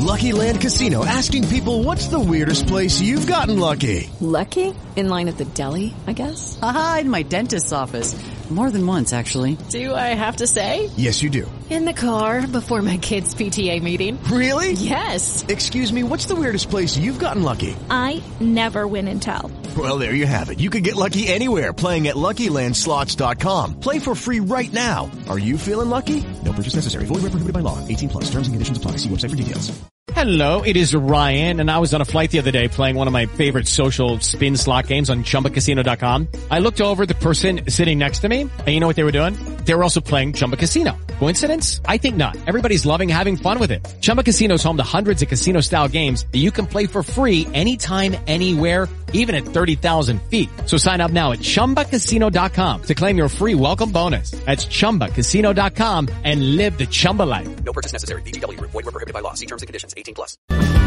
Lucky Land Casino, asking people, what's the weirdest place you've gotten lucky? Lucky? In line at the deli, I guess? Aha, in my dentist's office. More than once, actually. Do I have to say? Yes, you do. In the car before my kids' PTA meeting. Really? Yes. Excuse me, what's the weirdest place you've gotten lucky? I never win and tell. Well, there you have it. You can get lucky anywhere, playing at LuckyLandSlots.com. Play for free right now. Are you feeling lucky? No purchase necessary. Void where prohibited by law. 18 plus. Terms and conditions apply. See website for details. Hello, it is Ryan, and I was on a flight the other day playing one of my favorite social spin slot games on ChumbaCasino.com. I looked over at the person sitting next to me, and you know what they were doing? They were also playing Chumba Casino. Coincidence? I think not. Everybody's loving having fun with it. Chumba Casino is home to hundreds of casino-style games that you can play for free anytime, anywhere, even at 30,000 feet. So sign up now at ChumbaCasino.com to claim your free welcome bonus. That's ChumbaCasino.com and live the Chumba life. No purchase necessary. VGW. Void where prohibited by law. See terms and conditions. 18 plus.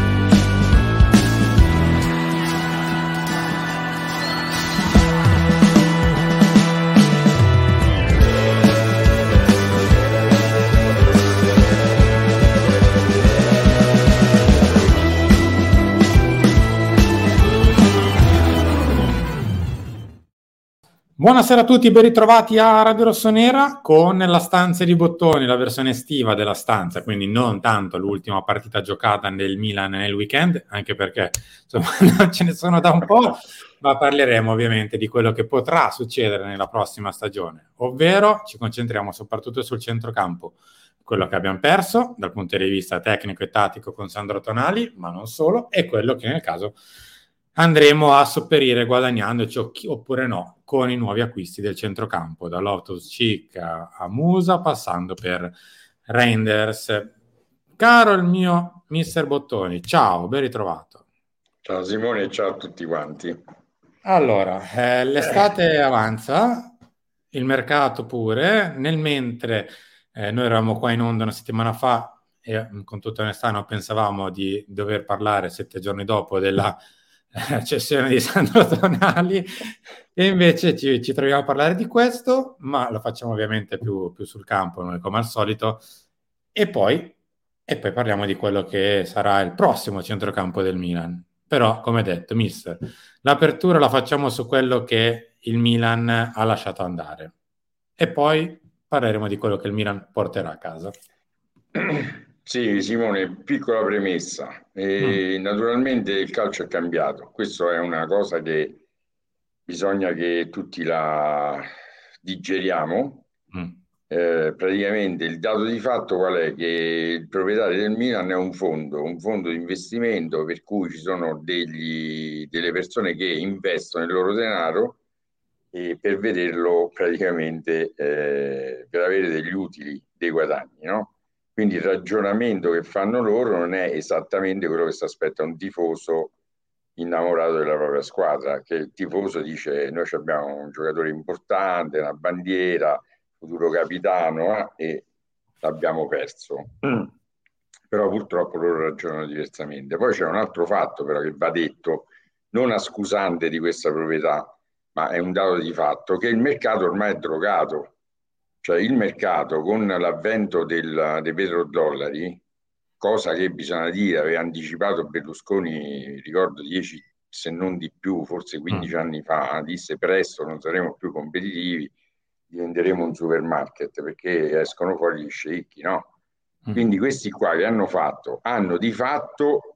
Buonasera a tutti, ben ritrovati a Radio Rossonera con la stanza di bottoni, la versione estiva della stanza, quindi non tanto l'ultima partita giocata nel Milan nel weekend, anche perché insomma non ce ne sono da un po', ma parleremo ovviamente di quello che potrà succedere nella prossima stagione, ovvero ci concentriamo soprattutto sul centrocampo, quello che abbiamo perso dal punto di vista tecnico e tattico con Sandro Tonali, ma non solo, e quello che nel caso andremo a sopperire guadagnandoci oppure no con i nuovi acquisti del centrocampo, da Loftus-Cheek a Musa passando per Reinders. Caro il mio mister Bottoni, ciao, ben ritrovato. Ciao Simone, ciao a tutti quanti. Allora, l'estate avanza, il mercato pure, nel mentre noi eravamo qua in onda una settimana fa e con tutta onestà non pensavamo di dover parlare 7 giorni dopo della cessione di Sandro Tonali, e invece ci troviamo a parlare di questo, ma lo facciamo ovviamente più sul campo, noi come al solito, e poi parliamo di quello che sarà il prossimo centrocampo del Milan. Però, come detto, mister, l'apertura la facciamo su quello che il Milan ha lasciato andare e poi parleremo di quello che il Milan porterà a casa. Sì, Simone, piccola premessa. Naturalmente il calcio è cambiato. Questo è una cosa che bisogna che tutti la digeriamo. Praticamente il dato di fatto qual è? Che il proprietario del Milan è un fondo di investimento, per cui ci sono delle persone che investono il loro denaro per vederlo praticamente per avere degli utili, dei guadagni, no? Quindi il ragionamento che fanno loro non è esattamente quello che si aspetta un tifoso innamorato della propria squadra, che il tifoso dice: noi abbiamo un giocatore importante, una bandiera, futuro capitano, e l'abbiamo perso. Però purtroppo loro ragionano diversamente. Poi c'è un altro fatto però che va detto, non a scusante di questa proprietà, ma è un dato di fatto, che il mercato ormai è drogato. Cioè il mercato, con l'avvento dei petrodollari, cosa che bisogna dire, aveva anticipato Berlusconi, ricordo 10 se non di più, forse 15 anni fa, disse: presto non saremo più competitivi, diventeremo un supermarket, perché escono fuori gli sceicchi, no? Quindi questi qua che hanno di fatto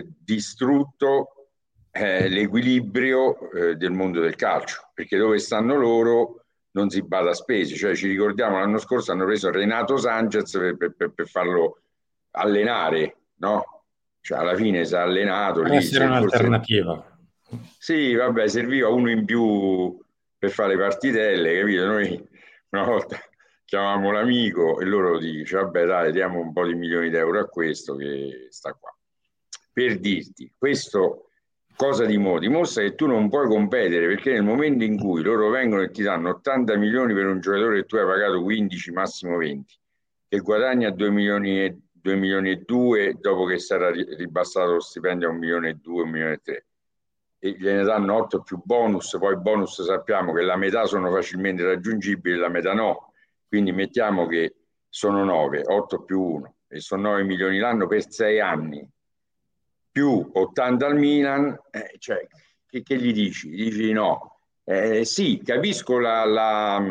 distrutto l'equilibrio del mondo del calcio, perché dove stanno loro non si bada a spese. Cioè ci ricordiamo l'anno scorso hanno preso Renato Sanchez per farlo allenare, no? Cioè alla fine si è allenato lì, essere un'alternativa. Sì, vabbè, serviva uno in più per fare partitelle, capito? Noi una volta chiamavamo l'amico e loro dice: vabbè dai, diamo un po' di milioni d'euro a questo che sta qua. Per dirti, questo cosa dimostra che tu non puoi competere, perché nel momento in cui loro vengono e ti danno 80 milioni per un giocatore che tu hai pagato 15, massimo 20, che guadagna 2 milioni e 2 dopo che sarà ribassato lo stipendio a 1 milione e 2, 1 milione e 3, e gliene danno 8 più bonus, poi bonus sappiamo che la metà sono facilmente raggiungibili, la metà no, quindi mettiamo che sono 9, 8 più 1, e sono 9 milioni l'anno per 6 anni, più 80 al Milan, cioè, che gli dici? Gli dici no. Sì, capisco la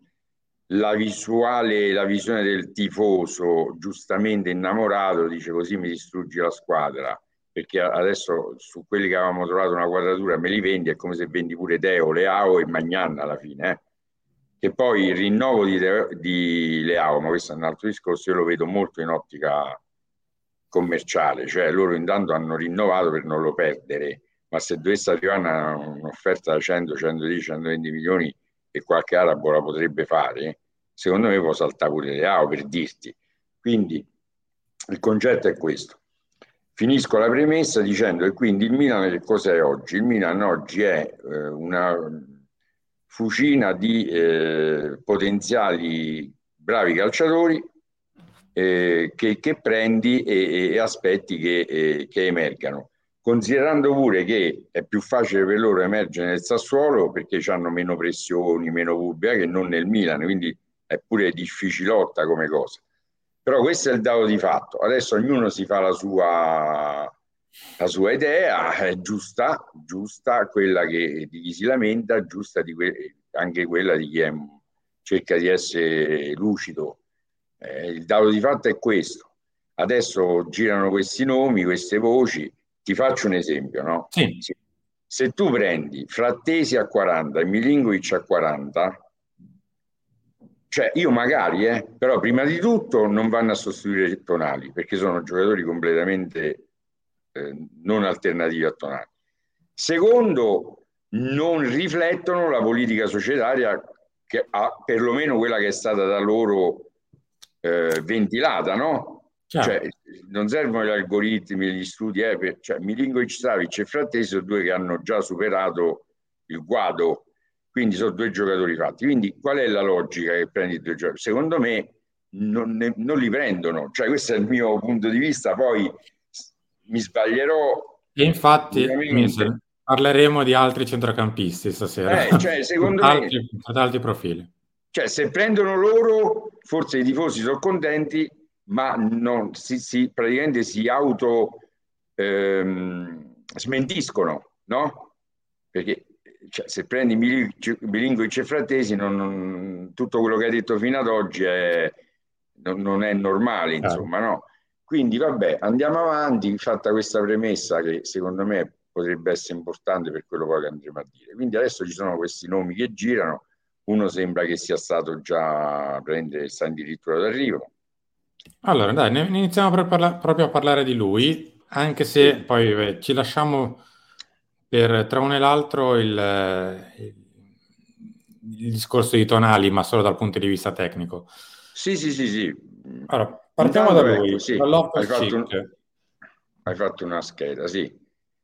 visuale, la visione del tifoso giustamente innamorato, dice così mi distruggi la squadra, perché adesso su quelli che avevamo trovato una quadratura me li vendi, è come se vendi pure Teo, Leao e Magnan alla fine, che poi il rinnovo di Leao, ma questo è un altro discorso, io lo vedo molto in ottica commerciale, cioè loro intanto hanno rinnovato per non lo perdere, ma se dovesse arrivare un'offerta da 100, 110, 120 milioni che qualche arabo la potrebbe fare, secondo me può saltare pure Leao, per dirti. Quindi il concetto è questo. Finisco la premessa dicendo che quindi il Milan che cos'è oggi? Il Milan oggi è una fucina di potenziali bravi calciatori che prendi e aspetti che emergano, considerando pure che è più facile per loro emergere nel Sassuolo perché hanno meno pressioni, meno pubblicità che non nel Milan, quindi è pure difficilotta come cosa. Però questo è il dato di fatto. Adesso ognuno si fa la sua idea, è giusta quella di chi si lamenta, giusta anche quella di chi cerca di essere lucido. Il dato di fatto è questo. Adesso girano questi nomi, queste voci. Ti faccio un esempio, no? Sì. Se tu prendi Frattesi a 40 e Milinkovic a 40, cioè io magari, però prima di tutto non vanno a sostituire Tonali, perché sono giocatori completamente non alternativi a Tonali. Secondo, non riflettono la politica societaria, che perlomeno quella che è stata da loro ventilata, no? Cioè, non servono gli algoritmi, gli studi, cioè Milinkovic, Savic e Frattesi sono due che hanno già superato il guado, quindi sono due giocatori fatti. Quindi qual è la logica che prendi due giocatori? Secondo me non li prendono, cioè questo è il mio punto di vista, poi mi sbaglierò. E infatti parleremo di altri centrocampisti stasera, cioè, secondo me, altri profili. Cioè, se prendono loro, forse i tifosi sono contenti, ma non praticamente si auto smentiscono, no? Perché cioè, se prendi Milinkovic e Frattesi, tutto quello che hai detto fino ad oggi non è normale, insomma, no? Quindi vabbè, andiamo avanti, fatta questa premessa che secondo me potrebbe essere importante per quello poi che andremo a dire. Quindi adesso ci sono questi nomi che girano, uno sembra che sia stato già sta addirittura d'arrivo. Allora, dai, ne iniziamo proprio a parlare di lui, anche se poi ci lasciamo tra uno e l'altro il discorso di Tonali, ma solo dal punto di vista tecnico. Sì. Allora, partiamo da lui. Hai fatto una scheda, sì.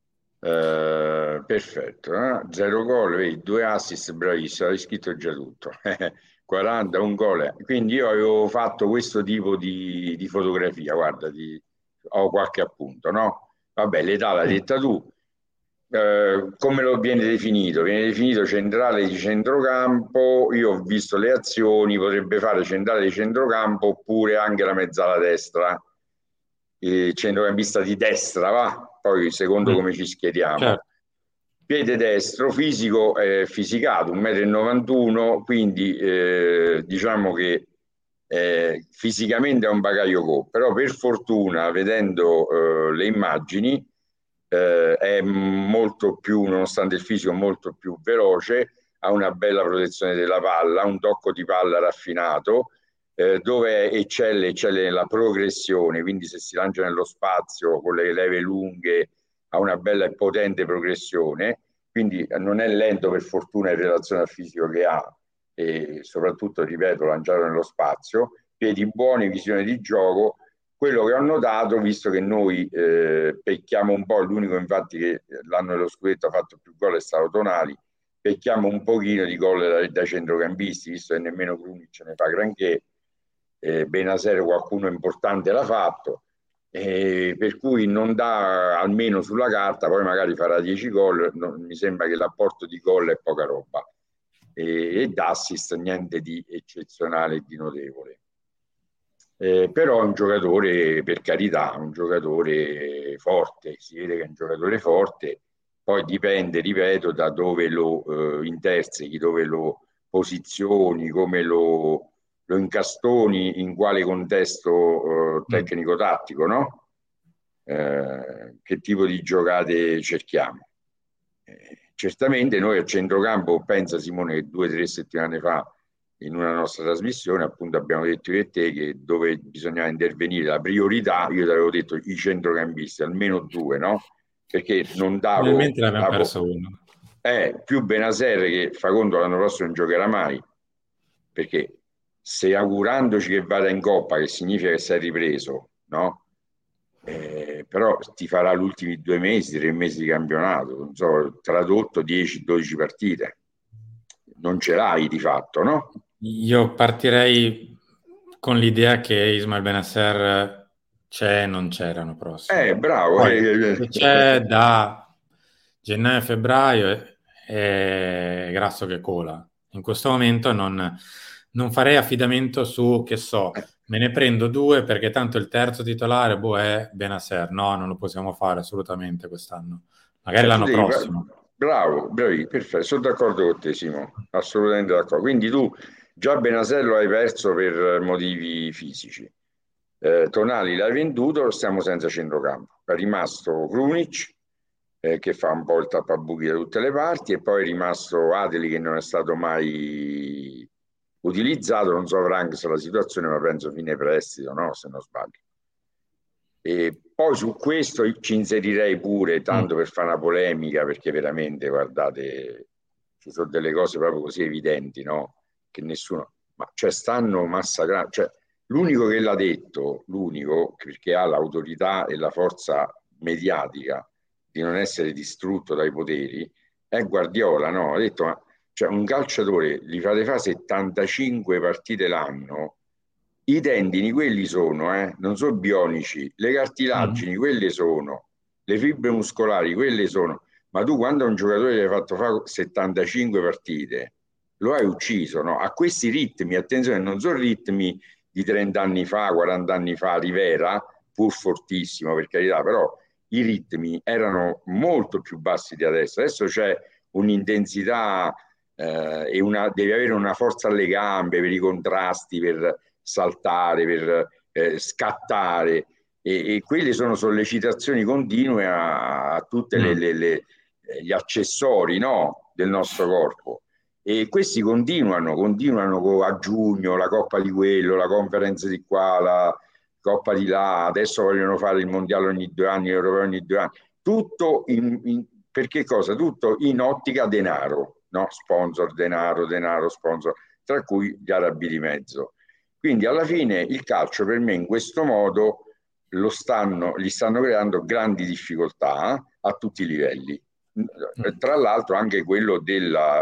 Perfetto, 0 gol, 2 assist, bravissimo, hai scritto già tutto. 40, un gol. Quindi io avevo fatto questo tipo di fotografia, guarda, ho qualche appunto, no? Vabbè, l'età l'hai detta tu. Come lo viene definito? Viene definito centrale di centrocampo. Io ho visto le azioni, potrebbe fare centrale di centrocampo oppure anche la mezzala destra, centrocampista di destra, va? Poi secondo come ci schieriamo. Certo. Piede destro, fisico fisicato, 1,91 m, quindi diciamo che fisicamente è un bagaglio però per fortuna, vedendo le immagini, è molto più, nonostante il fisico, molto più veloce, ha una bella protezione della palla, un tocco di palla raffinato, dove eccelle nella progressione, quindi se si lancia nello spazio con le leve lunghe ha una bella e potente progressione, quindi non è lento per fortuna in relazione al fisico che ha, e soprattutto, ripeto, lanciato nello spazio, piedi buoni, visione di gioco. Quello che ho notato, visto che noi pecchiamo un po', l'unico infatti che l'anno dello scudetto ha fatto più gol è stato Tonali, pecchiamo un pochino di gol da centrocampisti, visto che nemmeno Krunic ne fa granché, Benasero qualcuno importante l'ha fatto, per cui non dà, almeno sulla carta, poi magari farà 10 gol, mi sembra che l'apporto di gol è poca roba, e d'assist niente di eccezionale e di notevole. Però è un giocatore, per carità, un giocatore forte, si vede che è un giocatore forte, poi dipende, ripeto, da dove lo intersechi, dove lo posizioni, come lo incastoni, in quale contesto tecnico-tattico, no? Che tipo di giocate cerchiamo. Certamente noi a centrocampo, pensa Simone che 2 o 3 settimane fa in una nostra trasmissione appunto abbiamo detto io e te che dove bisognava intervenire la priorità, io ti avevo detto i centrocampisti, almeno 2, no? Perché non Probabilmente l'abbiamo davo perso uno. più Benaser che fa conto l'anno prossimo non giocherà mai, perché se augurandoci che vada in Coppa, che significa che sei ripreso, no? Però ti farà gli ultimi 2 mesi, 3 mesi di campionato, non so, tradotto 10-12 partite. Non ce l'hai di fatto, no? Io partirei con l'idea che Ismail Benasser c'è e non c'è l'anno prossimo. Bravo. Poi, se c'è da gennaio a febbraio è grasso che cola. In questo momento non farei affidamento su, che so, me ne prendo 2 perché tanto il terzo titolare è Benasser. No, non lo possiamo fare assolutamente quest'anno. Magari l'anno prossimo. Bravo, bravi, perfetto, sono d'accordo con te, Simo, assolutamente d'accordo. Quindi tu già Benasser lo hai perso per motivi fisici. Tonali l'hai venduto, stiamo senza centrocampo. È rimasto Krunic, che fa un po' il tappabuchi da tutte le parti, e poi è rimasto Adeli che non è stato mai utilizzato, non so Frank se la situazione, ma penso fine prestito, no? Se non sbaglio. E poi su questo ci inserirei pure, tanto per fare una polemica, perché veramente, guardate, ci sono delle cose proprio così evidenti, no? Che nessuno... Ma cioè stanno massacrando... Cioè, l'unico che l'ha detto, l'unico, perché ha l'autorità e la forza mediatica di non essere distrutto dai poteri, è Guardiola, no? Ha detto, ma cioè, un calciatore gli fate fare 75 partite l'anno, i tendini quelli sono, non sono bionici, le cartilagini quelle sono, le fibre muscolari quelle sono, ma tu quando a un giocatore gli hai fatto fare 75 partite, lo hai ucciso, no? A questi ritmi, attenzione, non sono ritmi di 30 anni fa, 40 anni fa, Rivera, pur fortissimo per carità, però i ritmi erano molto più bassi di adesso. Adesso c'è un'intensità e devi avere una forza alle gambe per i contrasti, per saltare, per scattare, e quelle sono sollecitazioni continue a tutte gli accessori, no, del nostro corpo. E questi continuano a giugno, la Coppa di quello, la Conference di qua, la Coppa di là, adesso vogliono fare il Mondiale ogni 2 anni, l'Europeo ogni 2 anni, tutto perché cosa? Tutto in ottica denaro, no? Sponsor, denaro, sponsor, tra cui gli arabi di mezzo. Quindi alla fine il calcio per me in questo modo gli stanno creando grandi difficoltà a tutti i livelli. Tra l'altro anche quello della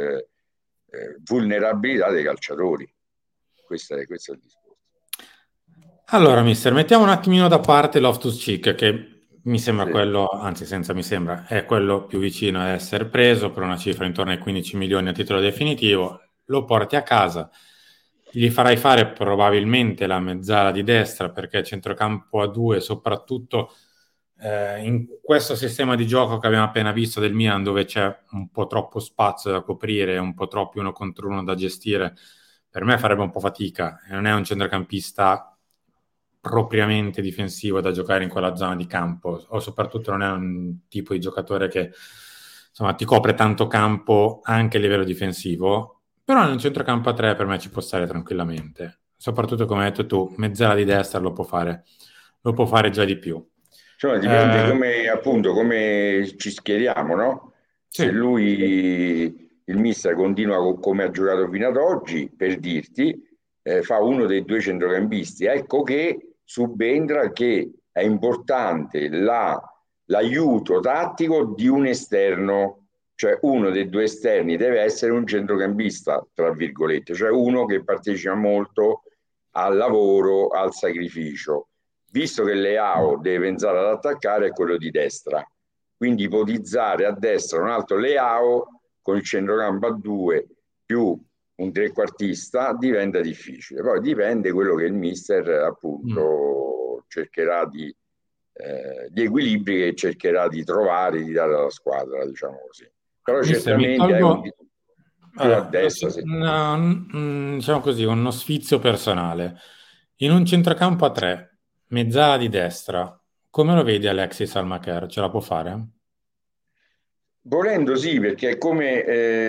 vulnerabilità dei calciatori. Questo è il discorso. Allora, mister, mettiamo un attimino da parte Loftus-Cheek, che mi sembra quello, anzi senza mi sembra, è quello più vicino a essere preso per una cifra intorno ai 15 milioni a titolo definitivo, lo porti a casa, gli farai fare probabilmente la mezzala di destra perché centrocampo a 2, soprattutto in questo sistema di gioco che abbiamo appena visto del Milan, dove c'è un po' troppo spazio da coprire, un po' troppo 1 contro 1 da gestire, per me farebbe un po' fatica, e non è un centrocampista propriamente difensivo da giocare in quella zona di campo, o soprattutto non è un tipo di giocatore che insomma ti copre tanto campo anche a livello difensivo, però in un centrocampo a 3 per me ci può stare tranquillamente, soprattutto come hai detto tu, mezzala di destra lo può fare già di più. Cioè, dipende come ci schieriamo, no? Sì. Se lui, il mister, continua come ha giocato fino ad oggi, per dirti, fa uno dei 2 centrocampisti, ecco che subentra che è importante l'aiuto tattico di un esterno, cioè uno dei 2 esterni deve essere un centrocampista, tra virgolette, cioè uno che partecipa molto al lavoro, al sacrificio. Visto che Leao deve pensare ad attaccare, è quello di destra, quindi ipotizzare a destra un altro Leao con il centrocampo a 2 più un trequartista diventa difficile. Poi dipende quello che il mister appunto cercherà di equilibri che cercherà di trovare, di dare alla squadra, diciamo così. Però Mister, certamente è un più a destra. diciamo così, uno sfizio personale. In un centrocampo a 3, mezzala di destra, come lo vedi Alexis Almacher? Ce la può fare? Volendo sì, perché è come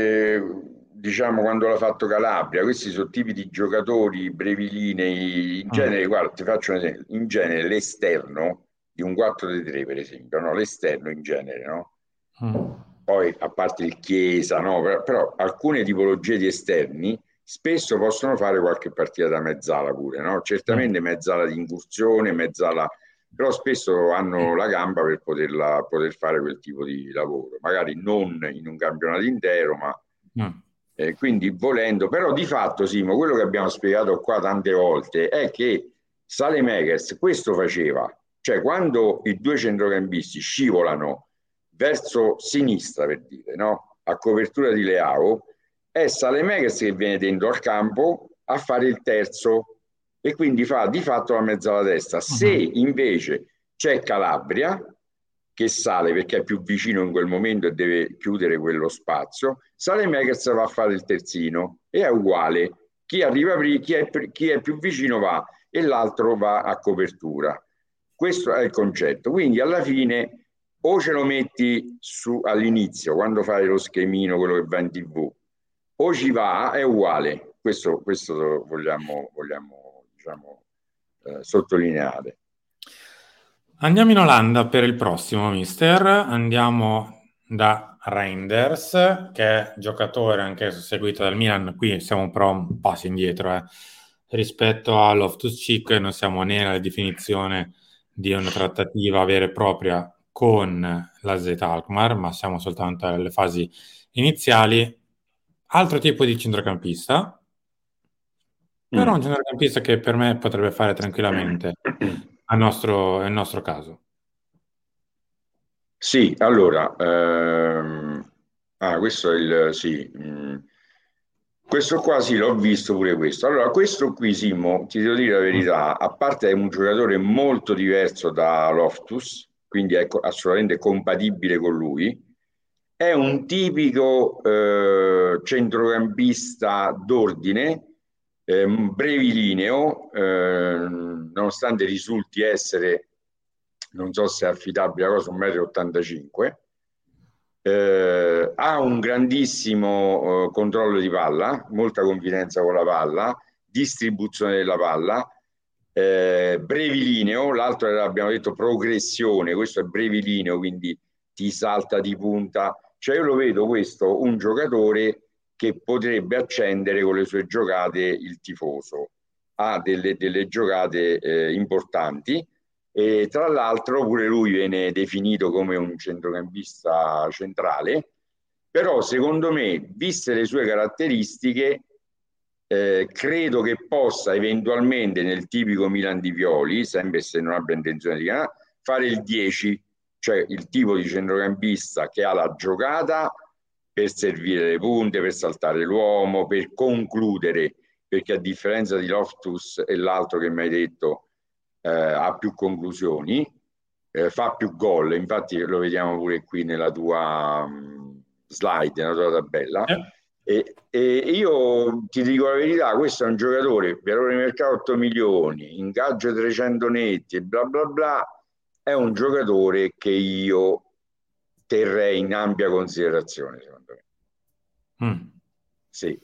diciamo quando l'ha fatto Calabria, questi sono tipi di giocatori brevilinei, in genere, guarda, ti faccio un esempio, in genere l'esterno di un 4-3 per esempio, no? L'esterno in genere, no? Poi a parte il Chiesa, no? Però alcune tipologie di esterni spesso possono fare qualche partita da mezzala pure, no? Certamente mezzala di incursione, mezzala, però spesso hanno la gamba per poter fare quel tipo di lavoro, magari non in un campionato intero, ma quindi volendo, però di fatto Simo, quello che abbiamo spiegato qua tante volte è che Saelemaekers questo faceva, cioè quando i due centrocampisti scivolano verso sinistra, per dire, no? A copertura di Leao, è Saelemaekers che viene dentro al campo a fare il terzo e quindi fa di fatto la mezzala destra. Se invece c'è Calabria che sale perché è più vicino in quel momento e deve chiudere quello spazio, Saelemaekers va a fare il terzino e è uguale. Chi arriva prima, chi è più vicino va e l'altro va a copertura. Questo è il concetto. Quindi alla fine o ce lo metti all'inizio, quando fai lo schemino, quello che va in TV, o ci va, è uguale. Questo vogliamo diciamo, sottolineare. Andiamo in Olanda per il prossimo, mister. Andiamo da Reinders, che è giocatore anche seguito dal Milan. Qui siamo però un passo indietro rispetto a Loftus-Cheek. Non siamo né nella definizione di una trattativa vera e propria con la AZ Alkmaar, ma siamo soltanto alle fasi iniziali. Altro tipo di centrocampista, però un centrocampista che per me potrebbe fare tranquillamente il nostro caso. Sì, allora, questo è il sì. Questo qua sì, l'ho visto pure questo. Allora, questo qui, Simo, ti devo dire la verità, a parte è un giocatore molto diverso da Loftus, quindi è assolutamente compatibile con lui, è un tipico centrocampista d'ordine, brevilineo, nonostante risulti essere, non so se è affidabile la cosa, 1,85 m. Ha un grandissimo controllo di palla, molta confidenza con la palla, distribuzione della palla, brevilineo, l'altro abbiamo detto progressione, questo è brevilineo, quindi ti salta di punta, cioè io lo vedo questo un giocatore che potrebbe accendere con le sue giocate il tifoso, ha delle giocate importanti. E tra l'altro pure lui viene definito come un centrocampista centrale, però secondo me, viste le sue caratteristiche, credo che possa eventualmente nel tipico Milan di Pioli, sempre se non abbia intenzione di fare il 10, cioè il tipo di centrocampista che ha la giocata per servire le punte, per saltare l'uomo, per concludere, perché a differenza di Loftus e l'altro che mi hai detto, ha più conclusioni, fa più gol, infatti lo vediamo pure qui nella tua slide, nella tua tabella. E io ti dico la verità, questo è un giocatore, valore di mercato 8 milioni, ingaggio 300 netti e bla bla bla, è un giocatore che io terrei in ampia considerazione, secondo me. Sì.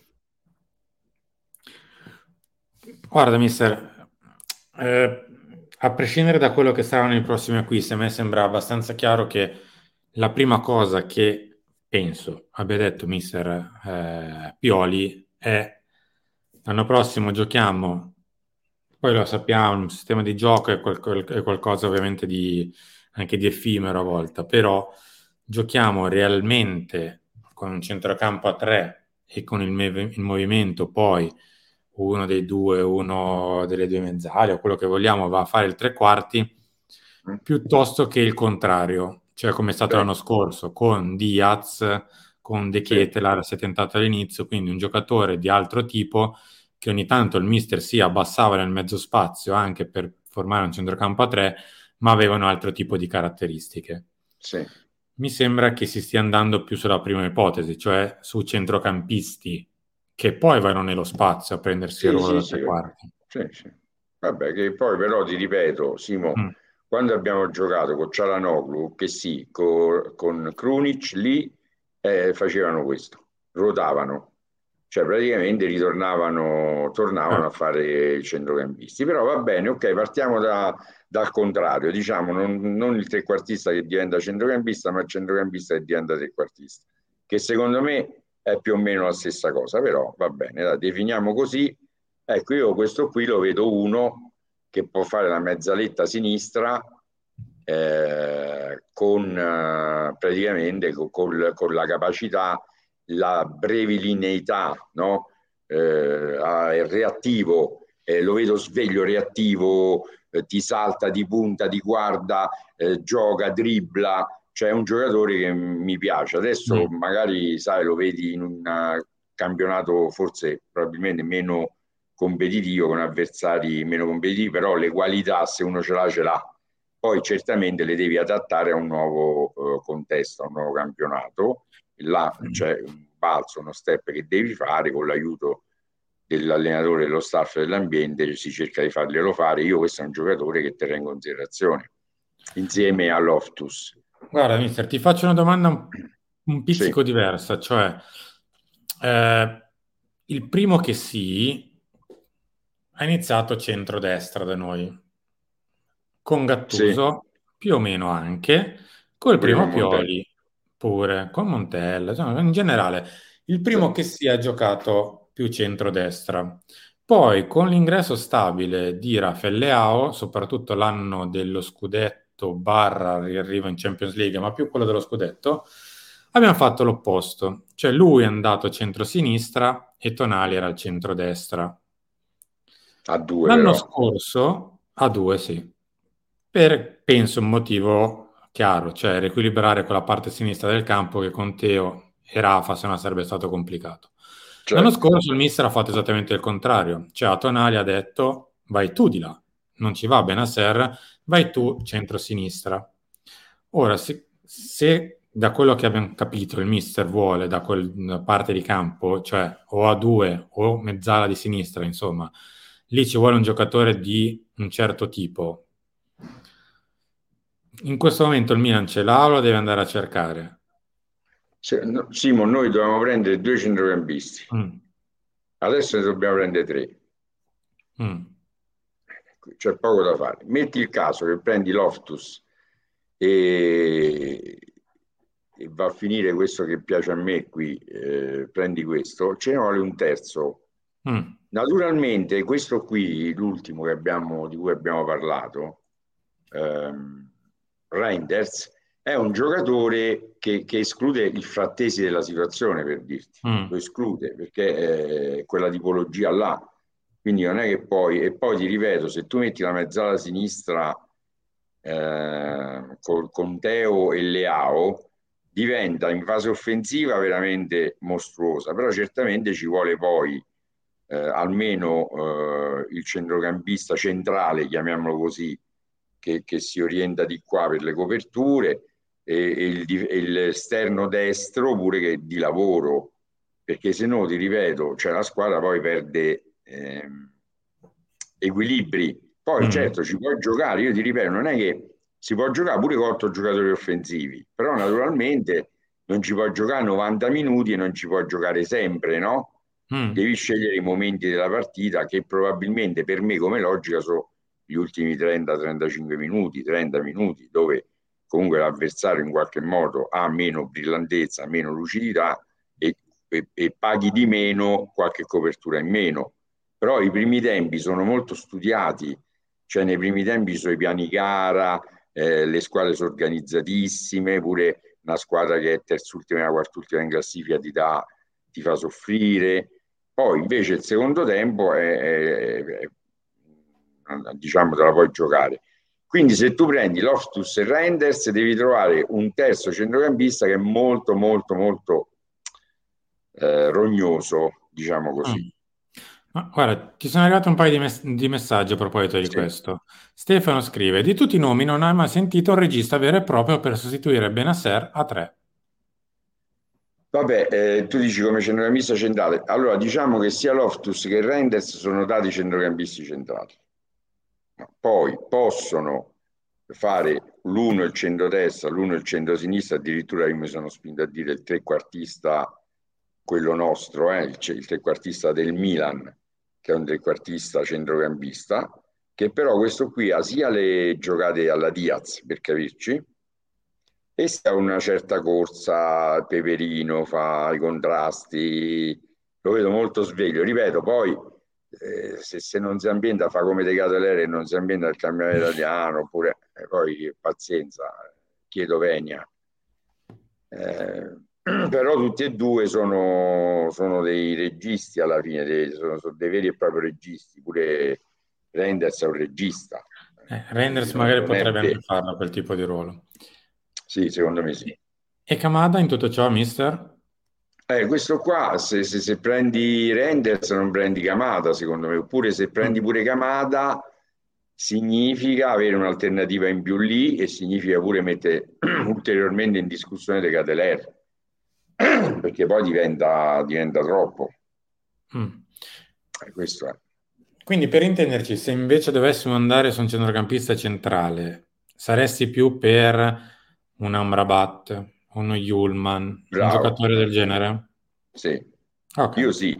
Guarda, mister, a prescindere da quello che saranno i prossimi acquisti, a me sembra abbastanza chiaro che la prima cosa che penso abbia detto mister Pioli è: l'anno prossimo giochiamo, poi lo sappiamo, un sistema di gioco è qualcosa ovviamente anche di effimero a volte, però giochiamo realmente con un centrocampo a 3 e con il movimento poi uno dei due, uno delle due mezzali o quello che vogliamo va a fare il tre quarti, piuttosto che il contrario, cioè come è stato l'anno scorso con Diaz, con De Ketelaere si è tentato all'inizio, quindi un giocatore di altro tipo che ogni tanto il mister si abbassava nel mezzo spazio anche per formare un centrocampo a 3, ma aveva un altro tipo di caratteristiche. Sì. Mi sembra che si stia andando più sulla prima ipotesi, cioè su centrocampisti che poi vanno nello spazio a prendersi il ruolo da tre quarti. Sì. Vabbè, che poi però ti ripeto, Simo, quando abbiamo giocato con Cialanoglu, che sì, con Krunic lì facevano questo, ruotavano, cioè praticamente tornavano a fare i centrocampisti. Però va bene, ok, partiamo dal contrario, diciamo, non il trequartista che diventa centrocampista, ma il centrocampista che diventa trequartista, che secondo me è più o meno la stessa cosa, però va bene, dai, definiamo così. Ecco, io questo qui lo vedo uno che può fare la mezzaletta sinistra praticamente con la capacità, la brevilineità, no? Reattivo, lo vedo sveglio, reattivo, ti salta di punta, ti guarda, gioca, dribbla, cioè è un giocatore che mi piace. Adesso magari, sai, lo vedi in un campionato forse probabilmente meno competitivo, con avversari meno competitivi, però le qualità, se uno ce l'ha. Poi certamente le devi adattare a un nuovo contesto, a un nuovo campionato. Là c'è un balzo, uno step che devi fare con l'aiuto dell'allenatore, dello staff, dell'ambiente, si cerca di farglielo fare. Io questo è un giocatore che terrò in considerazione insieme a Loftus. Guarda, mister, ti faccio una domanda un pizzico diversa, cioè il primo che ha iniziato centrodestra da noi, con Gattuso, più o meno anche, col primo Pioli pure, con Montella, cioè, in generale, il primo che ha giocato più centrodestra. Poi con l'ingresso stabile di Rafael Leao, soprattutto l'anno dello scudetto barra riarrivo in Champions League, ma più quello dello scudetto, abbiamo fatto l'opposto, cioè lui è andato centro-sinistra e Tonali era al centrodestra. A due, l'anno però. Scorso a 2, sì, per penso un motivo chiaro, cioè riequilibrare quella parte sinistra del campo che con Teo e Rafa se no sarebbe stato complicato. L'anno scorso il mister ha fatto esattamente il contrario, cioè a Tonali ha detto vai tu di là, non ci va Bennacer, vai tu centro-sinistra. Ora, se da quello che abbiamo capito il mister vuole da quella parte di campo, cioè o a 2 o mezzala di sinistra, insomma, lì ci vuole un giocatore di un certo tipo. In questo momento il Milan ce l'ha o lo deve andare a cercare? Simo, noi dovevamo prendere 2 centrocampisti. Adesso ne dobbiamo prendere 3. C'è poco da fare. Metti il caso che prendi Loftus e va a finire questo che piace a me qui, prendi questo, ce ne vuole un terzo. Naturalmente questo qui, l'ultimo di cui abbiamo parlato, Reinders, è un giocatore che esclude il Frattesi della situazione, per dirti, lo esclude perché è quella tipologia là, quindi non è che poi, e poi ti ripeto, se tu metti la mezzala sinistra con Teo e Leao, diventa in fase offensiva veramente mostruosa, però certamente ci vuole poi almeno il centrocampista centrale, chiamiamolo così, che si orienta di qua per le coperture, e l'esterno destro pure che di lavoro, perché se no, ti ripeto, cioè la squadra poi perde equilibri. Poi certo ci puoi giocare, io ti ripeto, non è che si può giocare pure con 8 giocatori offensivi, però naturalmente non ci puoi giocare 90 minuti e non ci puoi giocare sempre, no? Devi scegliere i momenti della partita che probabilmente per me come logica sono gli ultimi 30-35 minuti, 30 minuti, dove comunque l'avversario in qualche modo ha meno brillantezza, meno lucidità e paghi di meno qualche copertura in meno. Però i primi tempi sono molto studiati, cioè nei primi tempi ci sono i piani gara, le squadre sono organizzatissime, pure una squadra che è terzultima e quartultima in classifica ti fa soffrire. Poi invece il secondo tempo diciamo te la puoi giocare. Quindi se tu prendi Loftus e Reinders devi trovare un terzo centrocampista che è molto molto molto rognoso, diciamo così. Ma guarda, ti sono arrivati un paio di messaggi a proposito di Sì. questo. Stefano scrive: di tutti i nomi non hai mai sentito un regista vero e proprio per sostituire Benasser a tre. Vabbè, tu dici come centrocampista centrale. Allora, diciamo che sia Loftus che Reinders sono dati centrocampisti centrali. Ma poi possono fare l'uno il centrodestra, l'uno il centrosinistra, addirittura io mi sono spinto a dire il trequartista, quello nostro, il trequartista del Milan, che è un trequartista centrocampista, che però questo qui ha sia le giocate alla Diaz, per capirci, e sta una certa corsa, Peperino, fa i contrasti, lo vedo molto sveglio. Ripeto, poi se non si ambienta fa come De Catelere e non si ambienta il campione italiano, oppure poi pazienza, chiedo venia. Però tutti e due sono dei registi alla fine, sono dei veri e propri registi, pure Reinders è un regista. Reinders magari potrebbe anche farlo quel tipo di ruolo. Sì, secondo me sì. E Kamada in tutto ciò, mister? Questo qua, se prendi Reinders non prendi Kamada, secondo me, oppure se prendi pure Kamada significa avere un'alternativa in più lì e significa pure mettere ulteriormente in discussione De Catelere, perché poi diventa troppo. Questo è. Quindi per intenderci, se invece dovessimo andare su un centrocampista centrale, saresti più per un Amrabat, uno Yulman, un giocatore del genere? Sì, Okay. io sì,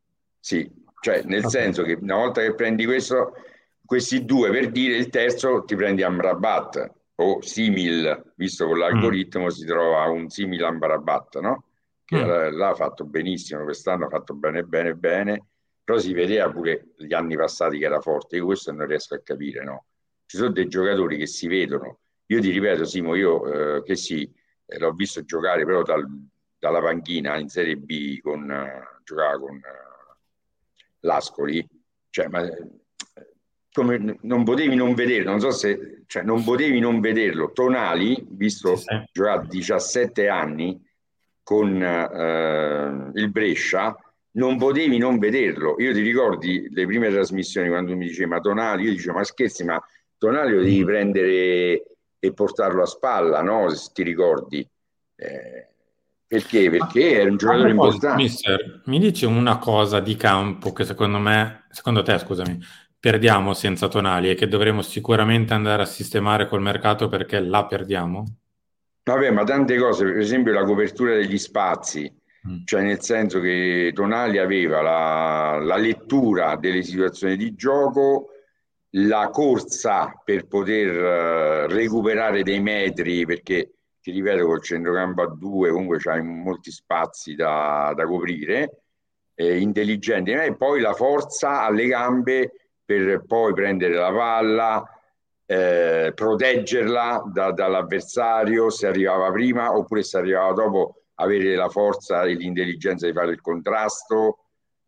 cioè nel senso che una volta che prendi questi due, per dire il terzo, ti prendi Amrabat o simil, visto con l'algoritmo si trova un simil Amrabat, no? Che l'ha fatto benissimo, quest'anno ha fatto bene, però si vedeva pure gli anni passati che era forte. Io questo non riesco a capire, no? Ci sono dei giocatori che si vedono. Io ti ripeto, Simo, io che sì, l'ho visto giocare però dalla panchina in Serie B giocava con l'Ascoli, cioè, ma come non potevi non vederlo, non so se, cioè, non potevi non vederlo. Tonali, visto giocare a 17 anni con il Brescia, non potevi non vederlo. Io ti ricordi le prime trasmissioni quando mi dicevi ma Tonali, io dicevo ma scherzi, ma Tonali lo devi prendere e portarlo a spalla, no? Se ti ricordi. Perché? Perché è un giocatore importante. Mister, mi dici una cosa di campo che secondo te, scusami, perdiamo senza Tonali e che dovremo sicuramente andare a sistemare col mercato perché la perdiamo? Vabbè, ma tante cose, per esempio la copertura degli spazi, cioè nel senso che Tonali aveva la lettura delle situazioni di gioco, la corsa per poter recuperare dei metri, perché ti ripeto col centrocampo a due comunque c'hai molti spazi da coprire, intelligenti, e poi la forza alle gambe per poi prendere la palla, proteggerla dall'avversario se arrivava prima oppure se arrivava dopo, avere la forza e l'intelligenza di fare il contrasto,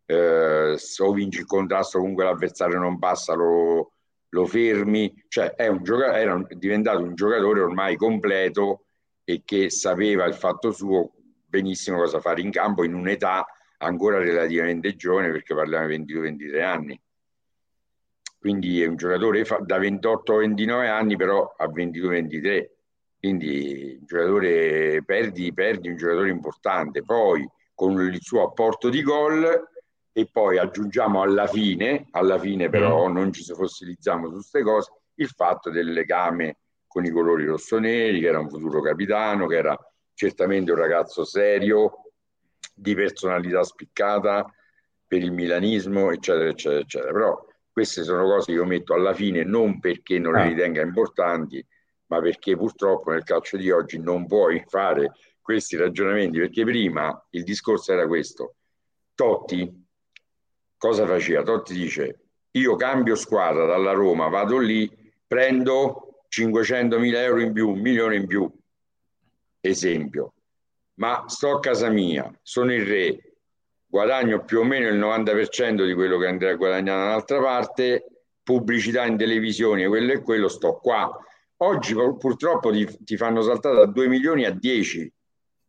o vinci il contrasto comunque l'avversario non passa, lo fermi, cioè era diventato un giocatore ormai completo e che sapeva il fatto suo benissimo cosa fare in campo in un'età ancora relativamente giovane, perché parliamo di 22-23 anni. Quindi è un giocatore da 28-29 anni, però a 22-23. Quindi un giocatore, perdi un giocatore importante. Poi con il suo apporto di gol e poi aggiungiamo alla fine però non ci fossilizziamo su queste cose, il fatto del legame con i colori rossoneri, che era un futuro capitano, che era certamente un ragazzo serio, di personalità spiccata per il milanismo, eccetera, eccetera, eccetera. Però queste sono cose che io metto alla fine non perché non le ritenga importanti, ma perché purtroppo nel calcio di oggi non puoi fare questi ragionamenti, perché prima il discorso era questo. Totti cosa faceva? Totti dice: io cambio squadra dalla Roma, vado lì, prendo 500.000 euro in più, 1 milione in più, esempio, ma sto a casa mia, sono il re, guadagno più o meno il 90% di quello che andrei a guadagnare da un'altra parte, pubblicità in televisione, quello e quello, sto qua. Oggi purtroppo ti fanno saltare da 2 milioni a 10,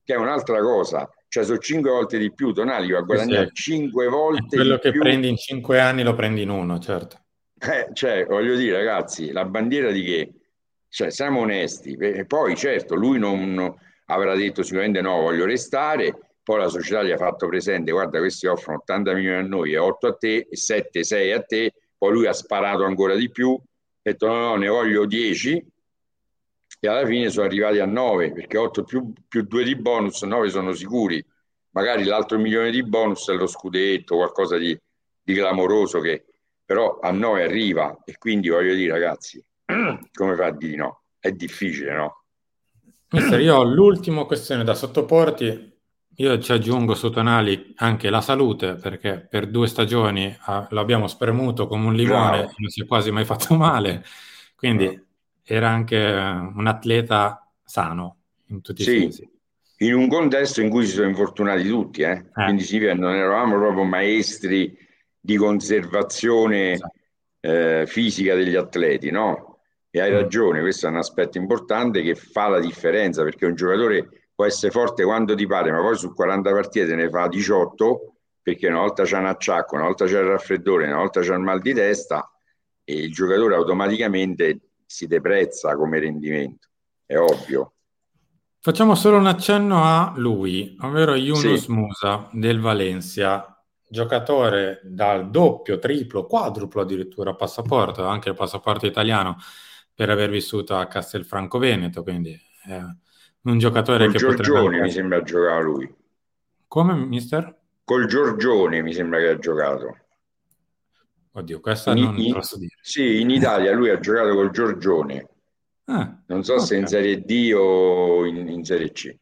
che è un'altra cosa. Cioè sono 5 volte di più, Tonali va a Sì, guadagnare sì. 5 volte Quello di che più. prendi in 5 anni lo prendi in uno, certo. Cioè, voglio dire, ragazzi, la bandiera di che? Cioè, siamo onesti. E poi, certo, lui non avrà detto sicuramente no, voglio restare. Poi la società gli ha fatto presente, guarda, questi offrono 80 milioni a noi e 8 a te, e 7, 6 a te. Poi lui ha sparato ancora di più, ha detto no, ne voglio 10. E alla fine sono arrivati a 9, perché 8 più 2 di bonus, 9 sono sicuri. Magari l'altro milione di bonus è lo scudetto, qualcosa di clamoroso che però a 9 arriva, e quindi voglio dire, ragazzi, come fa a dire no? È difficile, no? Mister, io ho l'ultima questione da sottoporti. Io ci aggiungo su Tonali anche la salute, perché per 2 stagioni lo abbiamo spremuto come un limone e Bravo. non si è quasi mai fatto male. Quindi era anche un atleta sano in tutti i Sì, sensi. in un contesto in cui si sono infortunati tutti, quindi significa che non eravamo proprio maestri di conservazione Esatto. fisica degli atleti, no? E hai Mm. ragione, questo è un aspetto importante che fa la differenza, perché un giocatore può essere forte quando ti pare, ma poi su 40 partite ne fa 18, perché una volta c'è un acciacco, una volta c'è il raffreddore, una volta c'è il mal di testa, e il giocatore automaticamente si deprezza come rendimento, è ovvio. Facciamo solo un accenno a lui, ovvero Yunus Sì. Musa del Valencia, giocatore dal doppio, triplo, quadruplo addirittura passaporto, anche il passaporto italiano per aver vissuto a Castelfranco Veneto, quindi un giocatore Col che potrebbe Giorgione mi anche... sembra giocare lui. Come, mister? Col Giorgione mi sembra che ha giocato. Oddio, questa non te lo so dire. Sì, in Italia lui ha giocato col Giorgione. Non so se Ok. in Serie D o in Serie C.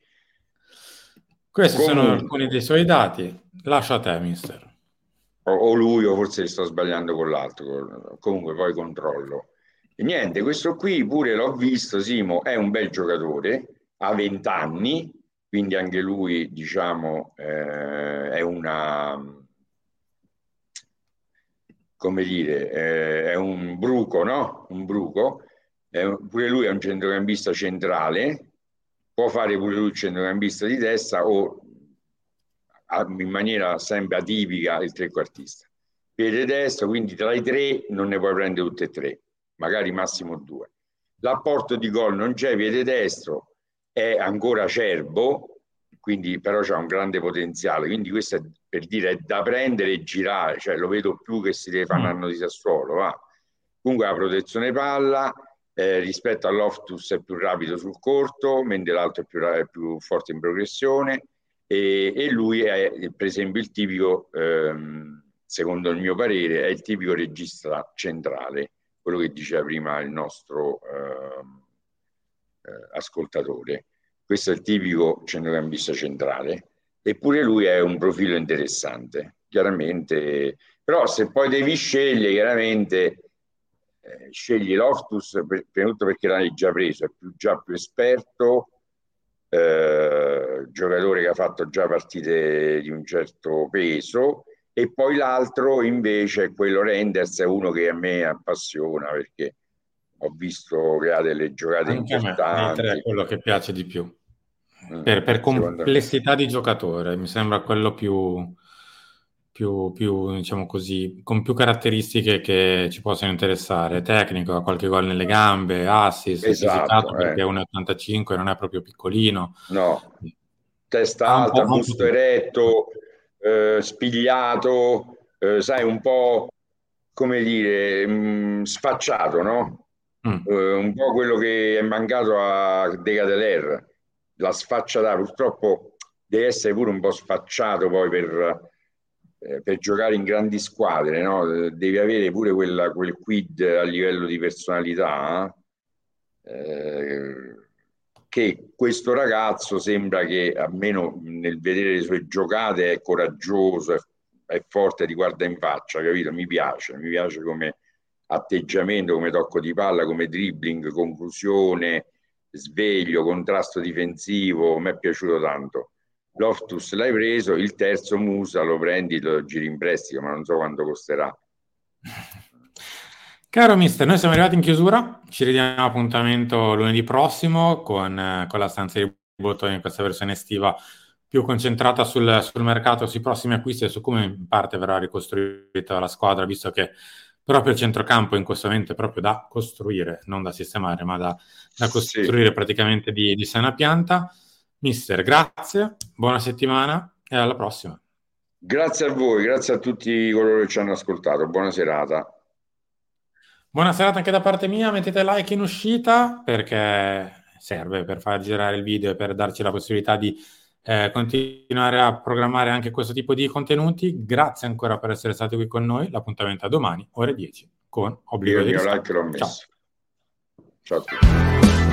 Questi sono Comunque, alcuni dei suoi dati. Lascia a te, mister. o lui o forse sto sbagliando con l'altro. Comunque poi controllo. E niente, questo qui pure l'ho visto, Simo, è un bel giocatore, ha 20 anni, quindi anche lui, diciamo, è una, come dire, è un bruco, no? Un bruco. Pure lui è un centrocampista centrale, può fare pure lui il centrocampista di destra o in maniera sempre atipica il trequartista. Piede destro, quindi tra i tre non ne puoi prendere tutte e tre, magari massimo due. L'apporto di gol non c'è, piede destro, è ancora acerbo, quindi però c'ha un grande potenziale, quindi questo è, per dire, è da prendere e girare, cioè lo vedo più che si deve fare un anno di Sassuolo, va. Comunque la protezione palla, rispetto all'Oftus è più rapido sul corto, mentre l'altro è più forte in progressione, e lui è per esempio il tipico, secondo il mio parere, è il tipico regista centrale, quello che diceva prima il nostro ascoltatore. Questo è il tipico centrocampista centrale, eppure lui è un profilo interessante, chiaramente. Però se poi devi scegliere, chiaramente scegli l'Ortus prima di tutto perché l'hai già preso, è già più esperto, giocatore che ha fatto già partite di un certo peso, e poi l'altro invece è quello Renders, è uno che a me appassiona perché ho visto che ha delle giocate Anche a me, dei tre, è importanti. quello che piace di più. Per Secondo me. complessità di giocatore, mi sembra quello più, diciamo così, con più caratteristiche che ci possono interessare. Tecnico, ha qualche gol nelle gambe, assist, fisicato Esatto, perché è 1,85, non è proprio piccolino. no, testa Ha alta, un po' busto tutto. eretto, spigliato, sai, un po' come dire, sfacciato, no? Mm. Un po' quello che è mancato a De Ketelaere, la sfacciata, purtroppo deve essere pure un po' sfacciato poi per giocare in grandi squadre, no? Devi avere pure quel quid a livello di personalità, che questo ragazzo sembra che, almeno nel vedere le sue giocate, è coraggioso, è forte, ti guarda in faccia, capito? Mi piace come atteggiamento, come tocco di palla, come dribbling, conclusione, sveglio, contrasto difensivo, mi è piaciuto tanto. Loftus l'hai preso, il terzo Musa lo prendi, lo giri in prestito, ma non so quanto costerà. Caro mister, noi siamo arrivati in chiusura, ci ridiamo appuntamento lunedì prossimo con la stanza di bottoni in questa versione estiva più concentrata sul mercato, sui prossimi acquisti e su come in parte verrà ricostruita la squadra, visto che proprio il centrocampo in questo momento è proprio da costruire, non da sistemare, ma da costruire praticamente di sana pianta. Mister, grazie, buona settimana e alla prossima. Grazie a voi, grazie a tutti coloro che ci hanno ascoltato. Buona serata. Buona serata anche da parte mia, mettete like in uscita perché serve per far girare il video e per darci la possibilità di continuare a programmare anche questo tipo di contenuti. Grazie ancora per essere stati qui con noi. L'appuntamento a domani, ore 10, con Obbligo di Riscatto. Like l'ho messo. Ciao. Ciao a tutti.